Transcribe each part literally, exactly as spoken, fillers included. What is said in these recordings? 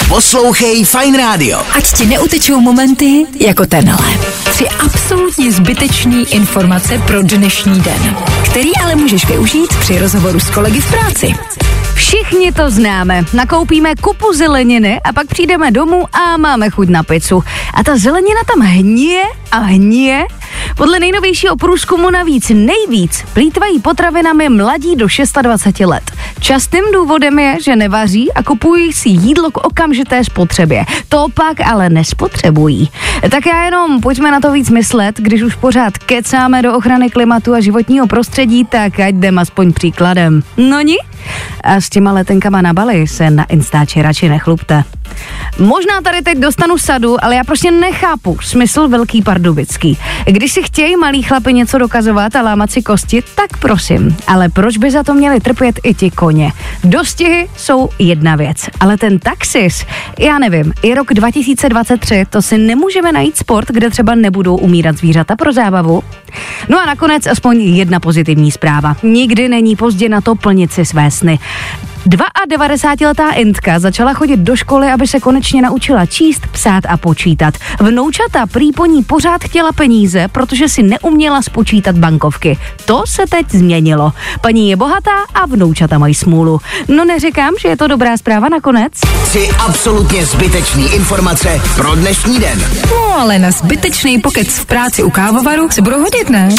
Poslouchej Fajn rádio. Ať ti neutečou momenty jako tenhle. Tři absolutně zbytečný informace pro dnešní den, který ale můžeš využít při rozhovoru s kolegy v práci. Všichni to známe. Nakoupíme kupu zeleniny a pak přijdeme domů a máme chuť na pizzu. A ta zelenina tam hníje a hníje. Podle nejnovějšího průzkumu navíc nejvíc plýtvají potravinami mladí do dvacet šest let. Častým důvodem je, že nevaří a kupují si jídlo k okamžité spotřebě. To pak ale nespotřebují. Tak já jenom pojďme na to víc myslet, když už pořád kecáme do ochrany klimatu a životního prostředí, tak ať jdem aspoň příkladem. No ni? A s těma letenkama na Bali se na Instači radši nechlupte. Možná tady teď dostanu sadu, ale já prostě nechápu smysl Velký Pardubický. Když si chtějí malí chlapi něco dokazovat a lámat si kosti, tak prosím. Ale proč by za to měli trpět i ti koně? Dostihy jsou jedna věc, ale ten taxis, já nevím, i rok dva tisíce dvacet tři, to si nemůžeme najít sport, kde třeba nebudou umírat zvířata pro zábavu? No a nakonec aspoň jedna pozitivní zpráva. Nikdy není pozdě na to plnit si své sny. devadesátidvouletá Indka začala chodit do školy, aby se konečně naučila číst, psát a počítat. Vnoučata prý po ní pořád chtěla peníze, protože si neuměla spočítat bankovky. To se teď změnilo. Paní je bohatá a vnoučata mají smůlu. No neříkám, že je to dobrá zpráva nakonec. Tři absolutně zbytečný informace pro dnešní den. No ale na zbytečný pokec v práci u kávovaru se budou hodit, ne?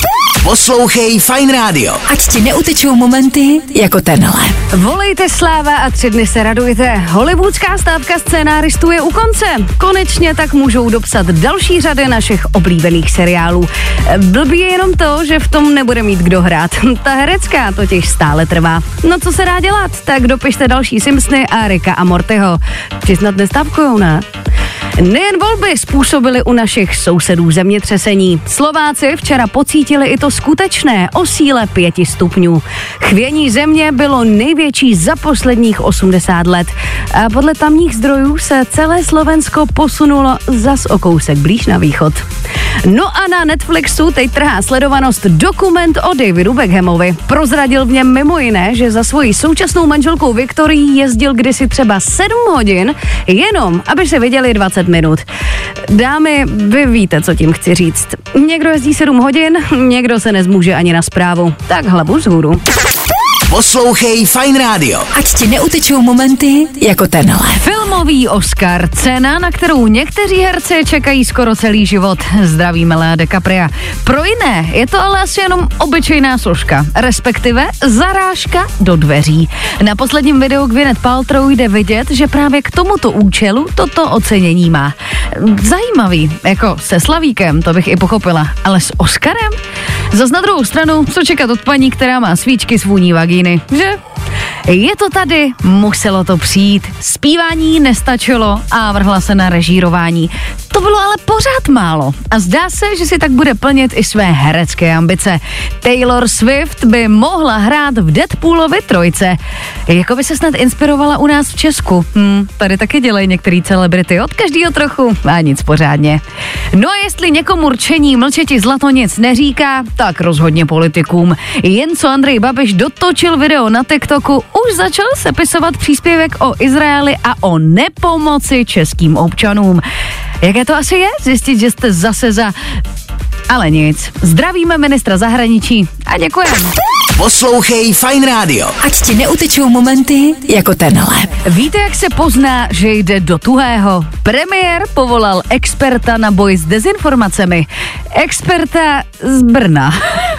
Poslouchej Fajn rádio. Ať ti neutečou momenty jako tenhle. Volejte Sláva a tři dny se radujte. Hollywoodská stávka scénáristů je u konce. Konečně tak můžou dopsat další řady našich oblíbených seriálů. Blbý je jenom to, že v tom nebude mít kdo hrát. Ta herecká totiž stále trvá. No co se dá dělat? Tak dopište další Simpsony a Ricka a Mortyho. Ti snad nestávkujou, ne? Nejen volby způsobily u našich sousedů zemětřesení. Slováci včera pocítili i to skutečné o síle pěti stupňů. Chvění země bylo největší za posledních osmdesát let. A podle tamních zdrojů se celé Slovensko posunulo zas o kousek blíž na východ. No a na Netflixu teď trhá sledovanost dokument o Davidu Beckhamovi. Prozradil v něm mimo jiné, že za svojí současnou manželkou Viktorií jezdil kdysi třeba sedm hodin, jenom aby se viděli dvacet minut. Dámy, vy víte, co tím chci říct. Někdo jezdí sedm hodin, někdo se nezmůže ani na zprávu. Tak hlavu vzhůru. Poslouchej Fajn rádio. Ať ti neutečou momenty jako tenhle. Filmový Oscar, cena, na kterou někteří herci čekají skoro celý život. Zdravíme Lea DiCapria. Pro jiné je to ale asi jenom obyčejná složka, respektive zarážka do dveří. Na posledním videu Gwyneth Paltrow jde vidět, že právě k tomuto účelu toto ocenění má. Zajímavý, jako se Slavíkem, to bych i pochopila, ale s Oscarem? Zas na druhou stranu, co čekat od paní, která má svíčky s vůní vagíny, že? Je to tady, muselo to přijít. Zpívání nestačilo a vrhla se na režírování. To bylo ale pořád málo a zdá se, že si tak bude plnit i své herecké ambice. Taylor Swift by mohla hrát v Deadpoolovi trojce. Jako by se snad inspirovala u nás v Česku. Hm, tady taky dělají některý celebrity, od každého trochu a nic pořádně. No a jestli někomu rčení mlčeti zlato nic neříká, tak rozhodně politikům. Jen co Andrej Babiš dotočil video na TikToku, už začal sepisovat příspěvek o Izraeli a o nepomoci českým občanům. Jaké to asi je zjistit, že jste zase za... Ale nic. Zdravíme ministra zahraničí a děkujeme. Poslouchej Fajn rádio. Ať ti neutečou momenty jako tenhle. Víte, jak se pozná, že jde do tuhého? Premiér povolal experta na boj s dezinformacemi. Experta z Brna.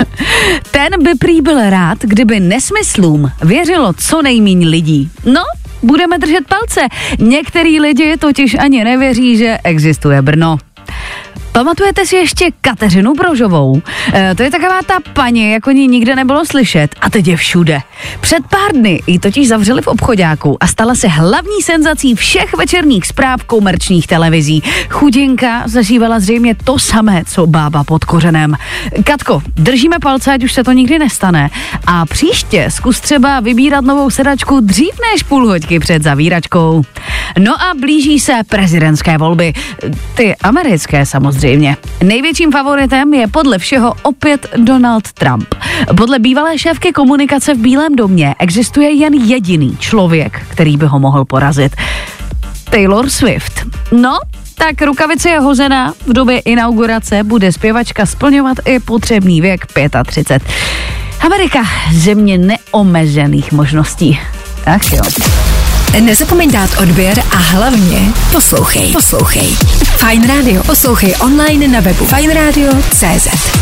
Ten by prý byl rád, kdyby nesmyslům věřilo co nejméně lidí. No, budeme držet palce. Některý lidi totiž ani nevěří, že existuje Brno. Pamatujete si ještě Kateřinu Brožovou? E, to je taková ta paní, jako ní nikde nebylo slyšet a teď je všude. Před pár dny ji totiž zavřeli v obchoďáku a stala se hlavní senzací všech večerních zpráv komerčních televizí. Chudinka zažívala zřejmě to samé, co bába pod kořenem. Katko, držíme palce, ať už se to nikdy nestane. A příště zkus třeba vybírat novou sedačku dřív než půl hoďky před zavíračkou. No a blíží se prezidentské volby. Ty americké samozřejmě. Největším favoritem je podle všeho opět Donald Trump. Podle bývalé šéfky komunikace v Bílém domě existuje jen jediný člověk, který by ho mohl porazit. Taylor Swift. No, tak rukavice je hozená, v době inaugurace bude zpěvačka splňovat i potřebný věk třicet pět. Amerika, země neomezených možností. Tak jo. Nezapomeň dát odběr a hlavně poslouchej. Poslouchej. Fajn Radio. Poslouchej online na webu fajn radio tečka cé zet.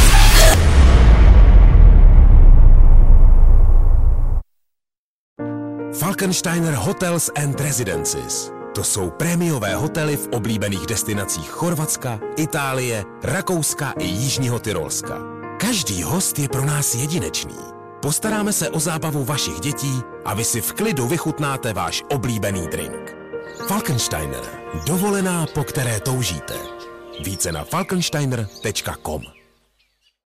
Falkensteiner Hotels and Residences. To jsou prémiové hotely v oblíbených destinacích Chorvatska, Itálie, Rakouska i Jižního Tyrolska. Každý host je pro nás jedinečný. Postaráme se o zábavu vašich dětí a vy si v klidu vychutnáte váš oblíbený drink. Falkensteiner. Dovolená, po které toužíte. Více na falkensteiner tečka com.